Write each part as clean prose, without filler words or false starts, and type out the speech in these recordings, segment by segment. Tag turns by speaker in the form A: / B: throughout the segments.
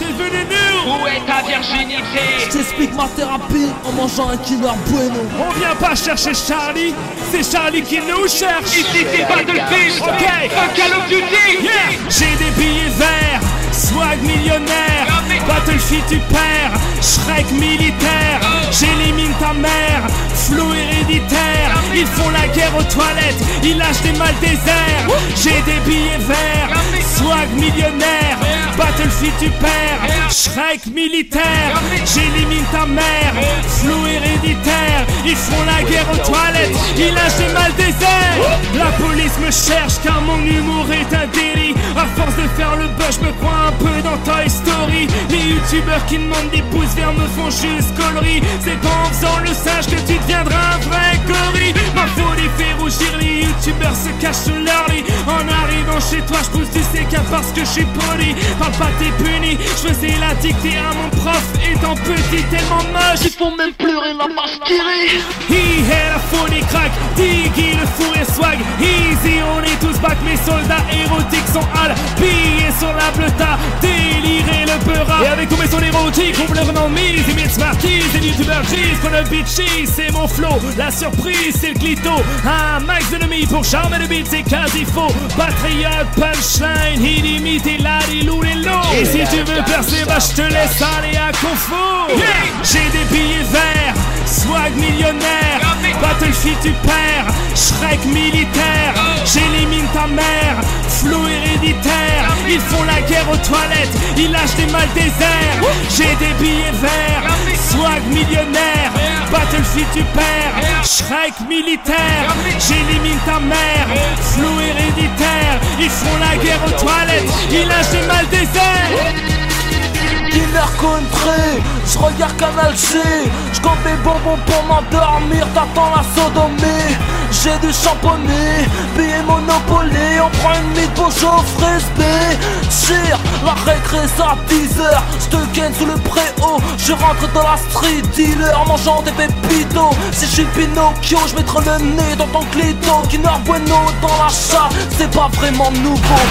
A: t'es devenu nul.
B: Où est ta virginité?
C: Je t'explique ma thérapie en mangeant un Kinder Bueno.
A: On vient pas chercher Charlie, c'est Charlie qui nous cherche.
B: Ici c'est Battlefield.
A: Ok.
B: Fuck Call of Duty.
A: Yeah. J'ai des billets verts, swag millionnaire. Battlefield tu perds, Shrek militaire. J'élimine ta mère, flou héréditaire. Ils font la guerre aux toilettes, ils lâchent des mal déserts. J'ai des billets verts, swag millionnaire. Battlefield tu perds, Shrek militaire. J'élimine ta mère, flou héréditaire. Ils font la guerre aux toilettes, ils lâchent des mal déserts. La police me cherche car mon humour est un délit. À force de faire le buzz, je me crois un peu dans Toy Story. Les youtubeurs qui demandent des pouces verts me font juste conneries. C'est pas en faisant le singe que tu deviendras un vrai gorille. Ma folie fait rougir, les youtubeurs se cachent sous leur lit. En arrivant chez toi, je pousse du CK parce que je suis poli. Papa t'es puni, je faisais la dictée à mon prof étant petit tellement moche.
C: Ils font même pleurer la marche tirée.
A: He la folie crack, Diggy le four et swag. Easy, on est tous back, mes soldats érotiques sont hal. Pillés sur la bleuta, déliré le beurra. Et avec tous mes sons érotiques, on pleure dans mise et mes smarties. Et youtubeurs gris, qu'on a bitchy, c'est mon flow. La surprise, c'est le clito. Un max d'ennemis pour charmer le beat, c'est quasi faux. Patriote, punchline, illimité, la lilou les lots. Et si tu veux percer, bah je te laisse aller à Confo. J'ai des billets verts, swag millionnaire. Battlefield tu perds, Shrek militaire. J'élimine ta mère, flou héréditaire. Ils font la guerre aux toilettes, ils lâchent des mal déserts. J'ai des billets verts, swag millionnaire. Battlefield tu perds, Shrek militaire. J'élimine ta mère, flou héréditaire. Ils font la guerre aux toilettes, ils lâchent des mal déserts.
C: Killer Country, je regarde Canal C. Je compte des bonbons pour m'endormir, t'attends la sodomie. J'ai du champonné, billets Monopoly. On prend une mythe pour Geoffrey Spee. Tire, la récré c'est à 10h. J'te ken sous le préau, je rentre dans la street dealer mangeant des pépitos. Si je suis Pinocchio, je mettrai le nez dans ton clito. Kinder Bueno dans l'achat, c'est pas vraiment nouveau.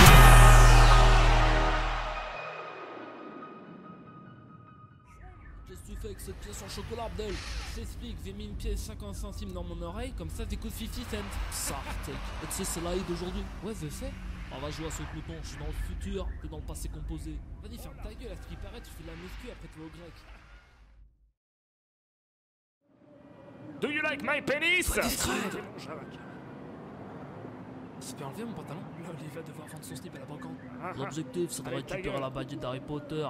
D: Qu'est-ce que tu fais avec cette pièce en chocolat, Abdel? Je t'explique, j'ai mis une pièce 50 centimes dans mon oreille, comme ça t'écoutes 50 cents. Ça, et tu sais, c'est l'AI d'aujourd'hui. Ouais, je sais. On va jouer à ce mouton, je suis dans le futur, t'es dans le passé composé. Vas-y, ferme ta gueule, à ce qui paraît, tu fais de la muscu, après tu vas au grec.
A: Do you like my penis?
D: Tu peux enlever mon pantalon? Là, il va devoir vendre son slip à la brocante.
C: L'objectif, c'est de récupérer la baguette d'Harry Potter.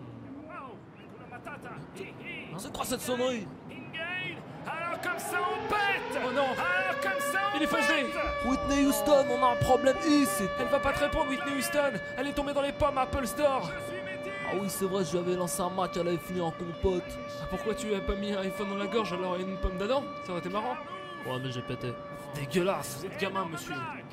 C: C'est quoi cette sonnerie?
A: Alors comme ça on pète.
D: Oh non.
A: Alors comme ça on
D: Il est foncé.
C: Whitney Houston, on a un problème ici.
D: Elle va pas te répondre, Whitney Houston. Elle est tombée dans les pommes à Apple Store.
C: Ah oui, c'est vrai, je lui avais lancé un match, elle avait fini en compote.
D: Pourquoi tu as pas mis un iPhone dans la gorge alors une pomme d'Adam? Ça aurait été marrant.
C: Ouais, mais j'ai pété.
D: Dégueulasse, vous êtes gamin, monsieur.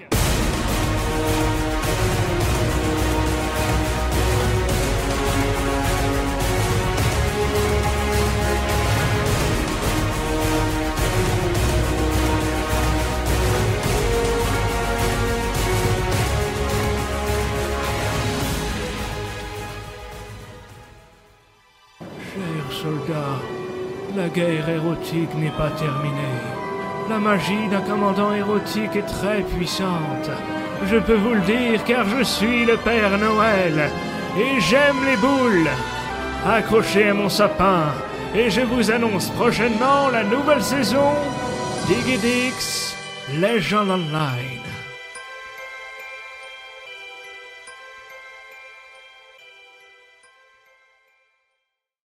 A: Chers soldats, la guerre érotique n'est pas terminée. La magie d'un commandant érotique est très puissante. Je peux vous le dire car je suis le Père Noël et j'aime les boules. Accrochez à mon sapin et je vous annonce prochainement la nouvelle saison Diggy Dix Legend Online.